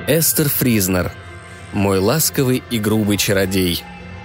Эстер Фризнер. Мой ласковый и грубый чародей.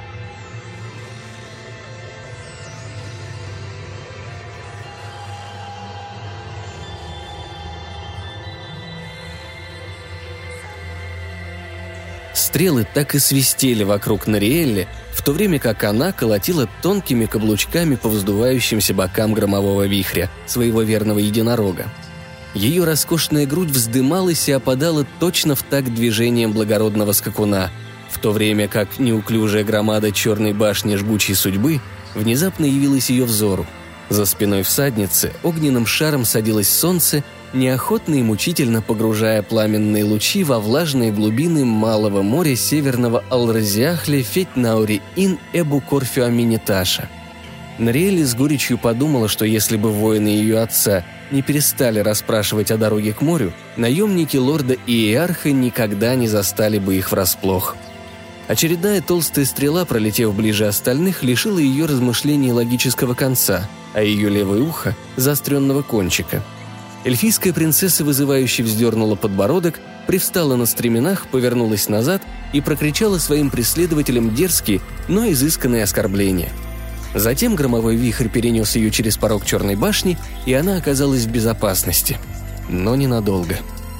Стрелы так и свистели вокруг Нориэлли, в то время как она колотила тонкими каблучками по вздувающимся бокам громового вихря, своего верного единорога. Ее роскошная грудь вздымалась и опадала точно в такт движением благородного скакуна, в то время как неуклюжая громада черной башни жгучей судьбы внезапно явилась ее взору. За спиной всадницы огненным шаром садилось солнце, неохотно и мучительно погружая пламенные лучи во влажные глубины малого моря северного Алразиахля Феть-Наури-Ин Эбу-Корфю-Аминиташа. Нориэлли с горечью подумала, что если бы воины ее отца не перестали расспрашивать о дороге к морю, наемники лорда Иеарха никогда не застали бы их врасплох. Очередная толстая стрела, пролетев ближе остальных, лишила ее размышлений логического конца, а ее левое ухо – заостренного кончика. Эльфийская принцесса вызывающе вздернула подбородок, привстала на стременах, повернулась назад и прокричала своим преследователям дерзкие, но изысканные оскорбления. Затем громовой вихрь перенес ее через порог Черной башни, и она оказалась в безопасности. Но ненадолго.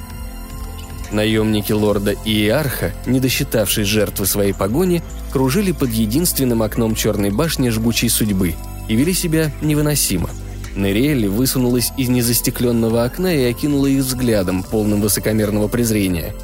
Наемники лорда Иеарха, не досчитавшись жертвы своей погони, кружили под единственным окном Черной башни жгучей судьбы и вели себя невыносимо. Нориэлли высунулась из незастекленного окна и окинула их взглядом, полным высокомерного презрения.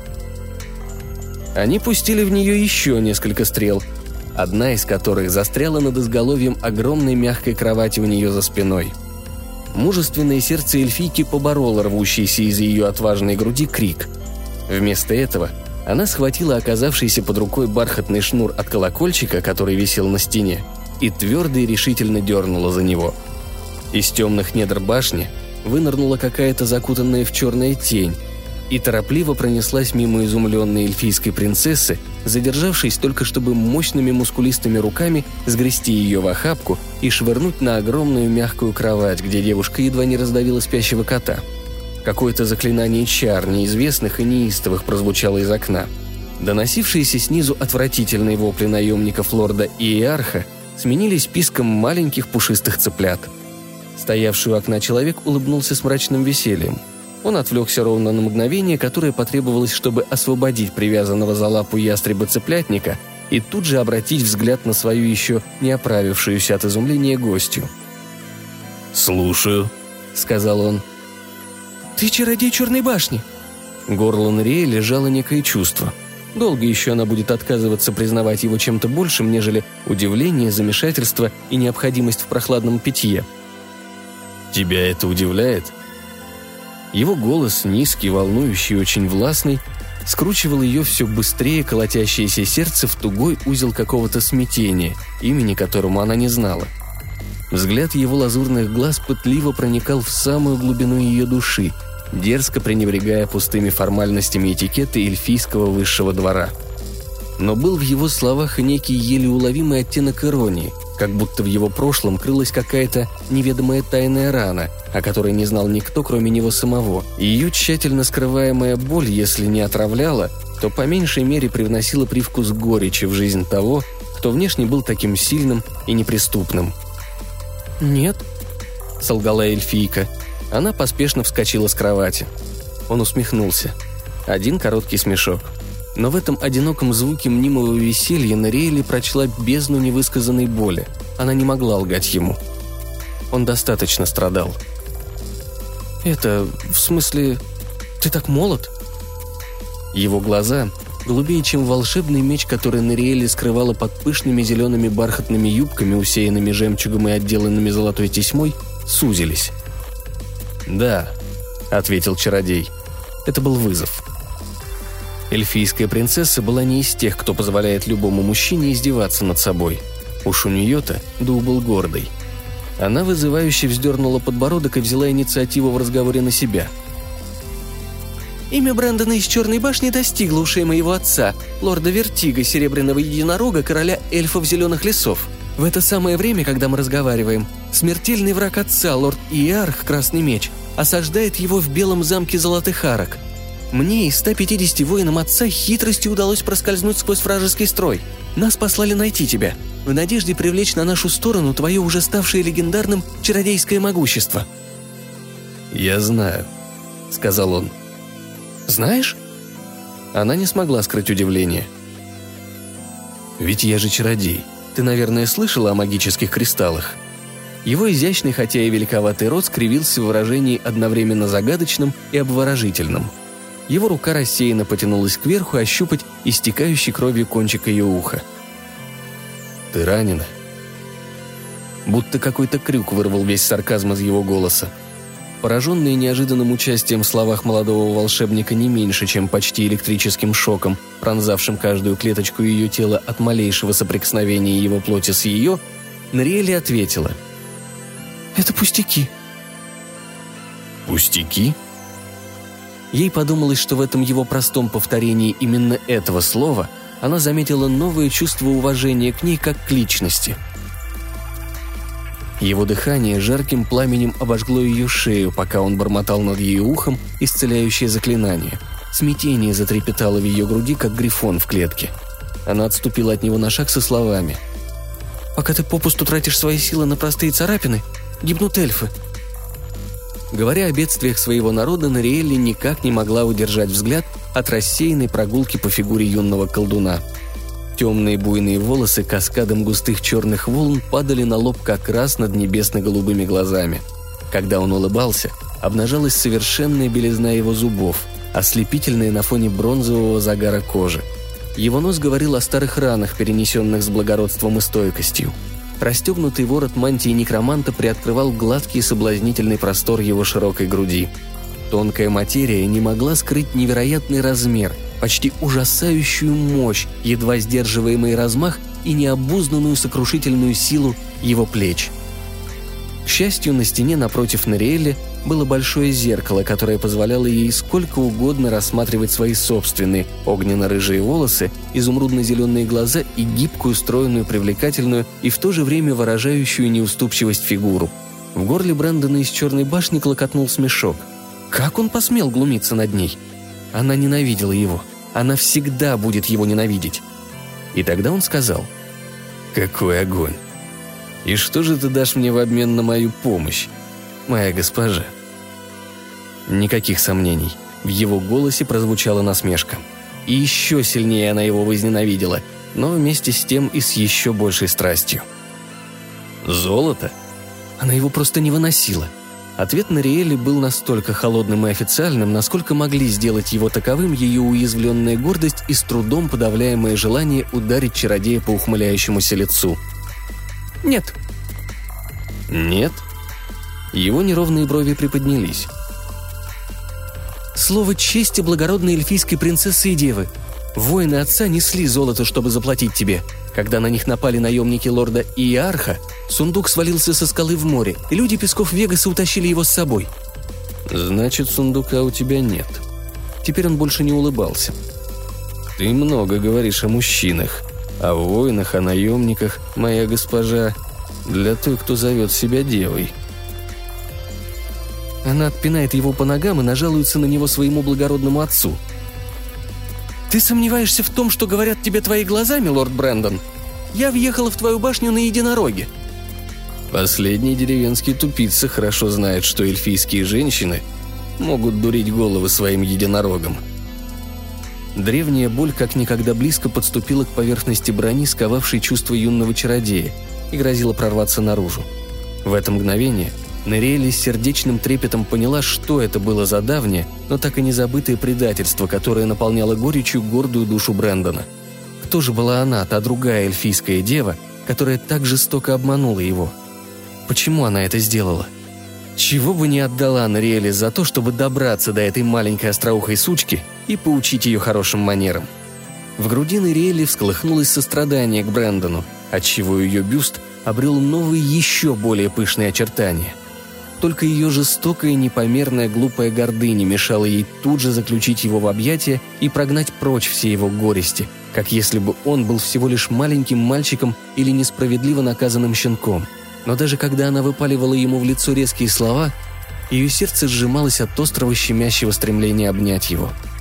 Они пустили в нее еще несколько стрел, одна из которых застряла над изголовьем огромной мягкой кровати у нее за спиной. Мужественное сердце эльфийки побороло рвущийся из ее отважной груди крик. Вместо этого она схватила оказавшийся под рукой бархатный шнур от колокольчика, который висел на стене, и твердо и решительно дернула за него. Из темных недр башни вынырнула какая-то закутанная в черная тень и торопливо пронеслась мимо изумленной эльфийской принцессы, задержавшись только чтобы мощными мускулистыми руками сгрести ее в охапку и швырнуть на огромную мягкую кровать, где девушка едва не раздавила спящего кота. Какое-то заклинание чар, неизвестных и неистовых, прозвучало из окна. Доносившиеся снизу отвратительные вопли наемников лорда Иеарха сменились писком маленьких пушистых цыплят. Стоявший у окна человек улыбнулся с мрачным весельем. Он отвлекся ровно на мгновение, которое потребовалось, чтобы освободить привязанного за лапу ястреба-цыплятника и тут же обратить взгляд на свою еще не оправившуюся от изумления гостью. «Слушаю», — сказал он. «Ты чародей Черной башни!» Горло Нориэлли лежало некое чувство. Долго еще она будет отказываться признавать его чем-то большим, нежели удивление, замешательство и необходимость в прохладном питье. «Тебя это удивляет?» Его голос, низкий, волнующий и очень властный, скручивал ее все быстрее колотящееся сердце в тугой узел какого-то смятения, имени которому она не знала. Взгляд его лазурных глаз пытливо проникал в самую глубину ее души, дерзко пренебрегая пустыми формальностями этикета эльфийского высшего двора. Но был в его словах и некий еле уловимый оттенок иронии, как будто в его прошлом крылась какая-то неведомая тайная рана, о которой не знал никто, кроме него самого, и ее тщательно скрываемая боль, если не отравляла, то по меньшей мере привносила привкус горечи в жизнь того, кто внешне был таким сильным и неприступным. «Нет», — солгала эльфийка. Она поспешно вскочила с кровати. Он усмехнулся. Один короткий смешок. Но в этом одиноком звуке мнимого веселья Нориэлли прочла бездну невысказанной боли. Она не могла лгать ему. Он достаточно страдал. «Это, в смысле, ты так молод?» Его глаза, голубее, чем волшебный меч, который Нориэлли скрывала под пышными зелеными бархатными юбками, усеянными жемчугом и отделанными золотой тесьмой, сузились. «Да», — ответил чародей. Это был вызов. Эльфийская принцесса была не из тех, кто позволяет любому мужчине издеваться над собой. Уж у нее-то дух был гордый. Она вызывающе вздернула подбородок и взяла инициативу в разговоре на себя. «Имя Брэндона из Черной башни достигло ушей моего отца, лорда Вертига, серебряного единорога, короля эльфов зеленых лесов. В это самое время, когда мы разговариваем, смертельный враг отца, лорд Иеарх, Красный меч, осаждает его в белом замке Золотых Арок. Мне и 150 воинам отца хитростью удалось проскользнуть сквозь вражеский строй. Нас послали найти тебя, в надежде привлечь на нашу сторону твое уже ставшее легендарным чародейское могущество». «Я знаю», — сказал он. «Знаешь?» Она не смогла скрыть удивление. «Ведь я же чародей. Ты, наверное, слышала о магических кристаллах?» Его изящный, хотя и великоватый рот скривился в выражении одновременно загадочном и обворожительном. Его рука рассеянно потянулась кверху ощупать истекающий кровью кончик ее уха. «Ты ранена?» Будто какой-то крюк вырвал весь сарказм из его голоса. Пораженные неожиданным участием в словах молодого волшебника не меньше, чем почти электрическим шоком, пронзавшим каждую клеточку ее тела от малейшего соприкосновения его плоти с ее, Нориэль ответила: «Это пустяки». «Пустяки?» Ей подумалось, что в этом его простом повторении именно этого слова она заметила новое чувство уважения к ней как к личности. Его дыхание жарким пламенем обожгло ее шею, пока он бормотал над ее ухом исцеляющее заклинание. Смятение затрепетало в ее груди, как грифон в клетке. Она отступила от него на шаг со словами: «Пока ты попусту тратишь свои силы на простые царапины, гибнут эльфы». Говоря о бедствиях своего народа, Нориэль никак не могла удержать взгляд от рассеянной прогулки по фигуре юного колдуна. Темные буйные волосы каскадом густых черных волн падали на лоб как раз над небесно-голубыми глазами. Когда он улыбался, обнажалась совершенная белизна его зубов, ослепительная на фоне бронзового загара кожи. Его нос говорил о старых ранах, перенесенных с благородством и стойкостью. Расстегнутый ворот мантии некроманта приоткрывал гладкий и соблазнительный простор его широкой груди. Тонкая материя не могла скрыть невероятный размер, почти ужасающую мощь, едва сдерживаемый размах и необузданную сокрушительную силу его плеч. К счастью, на стене напротив Нориэля было большое зеркало, которое позволяло ей сколько угодно рассматривать свои собственные огненно-рыжие волосы, изумрудно-зеленые глаза и гибкую, стройную, привлекательную и в то же время выражающую неуступчивость фигуру. В горле Брэндона из черной башни клокотнул смешок. Как он посмел глумиться над ней? Она ненавидела его. Она всегда будет его ненавидеть. И тогда он сказал: «Какой огонь! И что же ты дашь мне в обмен на мою помощь, моя госпожа?» Никаких сомнений. В его голосе прозвучала насмешка. И еще сильнее она его возненавидела, но вместе с тем и с еще большей страстью. «Золото?» Она его просто не выносила. Ответ Нориэля был настолько холодным и официальным, насколько могли сделать его таковым ее уязвленная гордость и с трудом подавляемое желание ударить чародея по ухмыляющемуся лицу. «Нет». «Нет?» Его неровные брови приподнялись. «Слово чести благородной эльфийской принцессы и девы. Воины отца несли золото, чтобы заплатить тебе. Когда на них напали наемники лорда Иарха, сундук свалился со скалы в море, и люди песков Вегаса утащили его с собой». «Значит, сундука у тебя нет». Теперь он больше не улыбался. «Ты много говоришь о мужчинах, о воинах, о наемниках, моя госпожа, для той, кто зовет себя девой». Она отпинает его по ногам и нажалуется на него своему благородному отцу. «Ты сомневаешься в том, что говорят тебе твои глаза, милорд Брэндон? Я въехала в твою башню на единороге». Последний деревенский тупица хорошо знает, что эльфийские женщины могут дурить головы своим единорогом. Древняя боль как никогда близко подступила к поверхности брони, сковавшей чувства юного чародея, и грозила прорваться наружу. В это мгновение Нориэль с сердечным трепетом поняла, что это было за давнее, но так и не забытое предательство, которое наполняло горечью гордую душу Брэндона. Кто же была она, та другая эльфийская дева, которая так жестоко обманула его? Почему она это сделала? Чего бы не отдала Нориэль за то, чтобы добраться до этой маленькой остроухой сучки и поучить ее хорошим манерам? В груди Нориэль всколыхнулось сострадание к Брэндону, отчего ее бюст обрел новые, еще более пышные очертания. Только ее жестокая, непомерная, глупая гордыня мешала ей тут же заключить его в объятия и прогнать прочь все его горести, как если бы он был всего лишь маленьким мальчиком или несправедливо наказанным щенком. Но даже когда она выпаливала ему в лицо резкие слова, ее сердце сжималось от острого щемящего стремления обнять его.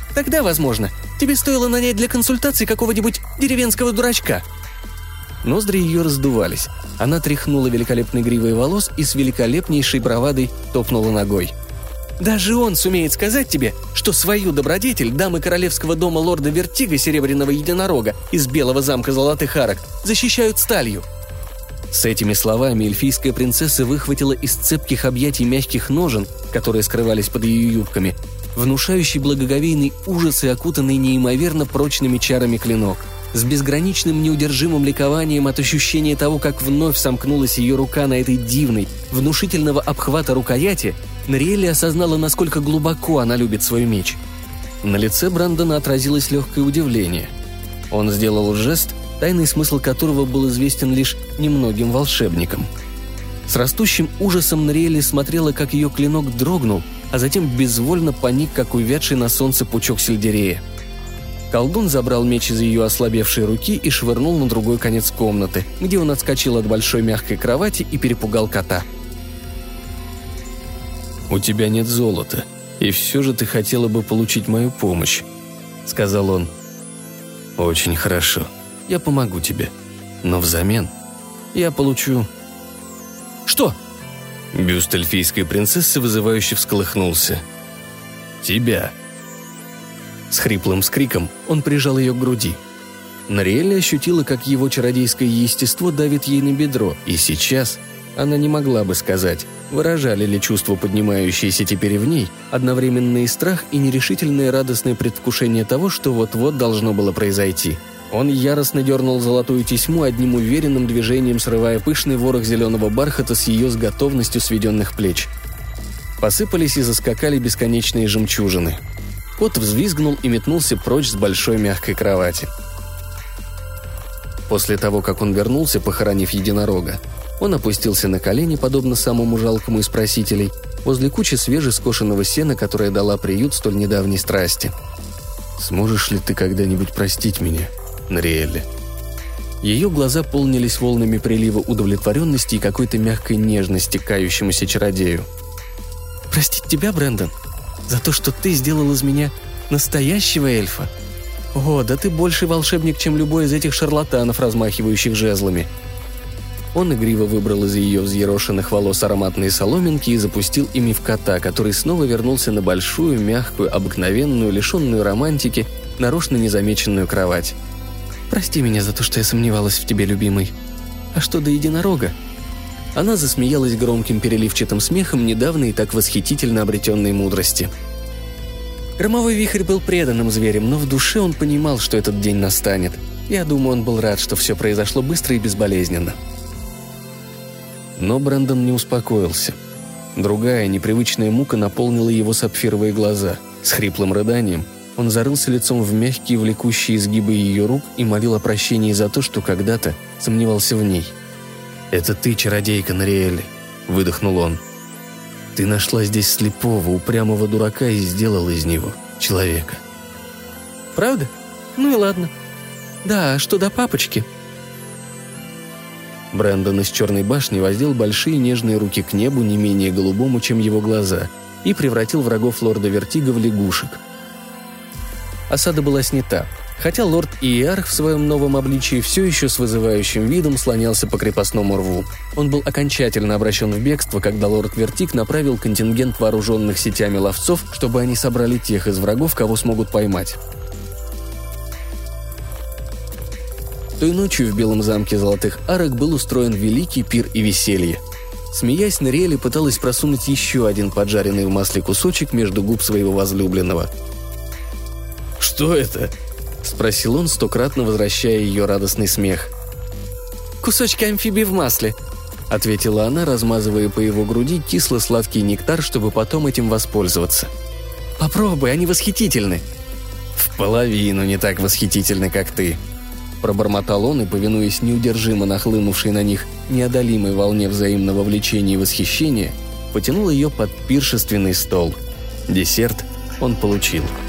Тогда, возможно, тебе стоило нанять для консультации какого-нибудь деревенского дурачка». Ноздри ее раздувались. Она тряхнула великолепной гривой волос и с великолепнейшей бравадой топнула ногой. «Даже он сумеет сказать тебе, что свою добродетель дамы королевского дома лорда Вертига Серебряного Единорога из Белого замка Золотых Арок защищают сталью». С этими словами эльфийская принцесса выхватила из цепких объятий мягких ножен, которые скрывались под ее юбками, внушающий благоговейный ужас и окутанный неимоверно прочными чарами клинок. С безграничным неудержимым ликованием от ощущения того, как вновь сомкнулась ее рука на этой дивной, внушительного обхвата рукояти, Нориэлли осознала, насколько глубоко она любит свой меч. На лице Брэндона отразилось легкое удивление. Он сделал жест, тайный смысл которого был известен лишь немногим волшебникам. С растущим ужасом Нориэлли смотрела, как ее клинок дрогнул, а затем безвольно поник, как увядший на солнце пучок сельдерея. Колдун забрал меч из ее ослабевшей руки и швырнул на другой конец комнаты, где он отскочил от большой мягкой кровати и перепугал кота. «У тебя нет золота, и все же ты хотела бы получить мою помощь», — сказал он. «Очень хорошо. Я помогу тебе. Но взамен я получу...» «Что?» Бюст эльфийской принцессы вызывающе всколыхнулся. «Тебя». С хриплым скриком он прижал ее к груди. Нориэлли ощутила, как его чародейское естество давит ей на бедро, и сейчас она не могла бы сказать, выражали ли чувства, поднимающиеся теперь в ней, одновременный страх и нерешительное радостное предвкушение того, что вот-вот должно было произойти. Он яростно дернул золотую тесьму, одним уверенным движением срывая пышный ворох зеленого бархата с ее с готовностью сведенных плеч. Посыпались и заскакали бесконечные жемчужины. Кот взвизгнул и метнулся прочь с большой мягкой кровати. После того, как он вернулся, похоронив единорога, он опустился на колени, подобно самому жалкому из просителей, возле кучи свежескошенного сена, которая дала приют столь недавней страсти. «Сможешь ли ты когда-нибудь простить меня, Нориэлли?» Ее глаза полнились волнами прилива удовлетворенности и какой-то мягкой нежности к кающемуся чародею. «Простить тебя, Брэндон? За то, что ты сделал из меня настоящего эльфа? О, да ты больше волшебник, чем любой из этих шарлатанов, размахивающих жезлами». Он игриво выбрал из ее взъерошенных волос ароматные соломинки и запустил ими в кота, который снова вернулся на большую, мягкую, обыкновенную, лишенную романтики, нарочно незамеченную кровать. «Прости меня за то, что я сомневалась в тебе, любимый. А что до единорога?» Она засмеялась громким переливчатым смехом недавно и так восхитительно обретенной мудрости. Громовой вихрь был преданным зверем, но в душе он понимал, что этот день настанет. Я думаю, он был рад, что все произошло быстро и безболезненно. Но Брэндон не успокоился. Другая, непривычная мука наполнила его сапфировые глаза. С хриплым рыданием он зарылся лицом в мягкие, влекущие изгибы ее рук и молил о прощении за то, что когда-то сомневался в ней. «Это ты, чародейка Нориэлли», — выдохнул он. «Ты нашла здесь слепого, упрямого дурака и сделала из него человека». «Правда? Ну и ладно. Да, а что до папочки?» Брэндон из Черной башни воздел большие нежные руки к небу, не менее голубому, чем его глаза, и превратил врагов лорда Вертига в лягушек. Осада была снята, хотя лорд Иеарх в своем новом обличии все еще с вызывающим видом слонялся по крепостному рву. Он был окончательно обращен в бегство, когда лорд Вертиг направил контингент вооруженных сетями ловцов, чтобы они собрали тех из врагов, кого смогут поймать. Той ночью в Белом замке Золотых Арок был устроен великий пир и веселье. Смеясь, Нориэлли пыталась просунуть еще один поджаренный в масле кусочек между губ своего возлюбленного. «Что это?» – спросил он, стократно возвращая ее радостный смех. «Кусочки амфибий в масле», – ответила она, размазывая по его груди кисло-сладкий нектар, чтобы потом этим воспользоваться. «Попробуй, они восхитительны». «В половину не так восхитительны, как ты», – пробормотал он и, повинуясь неудержимо нахлынувшей на них неодолимой волне взаимного влечения и восхищения, потянул ее под пиршественный стол. Десерт он получил –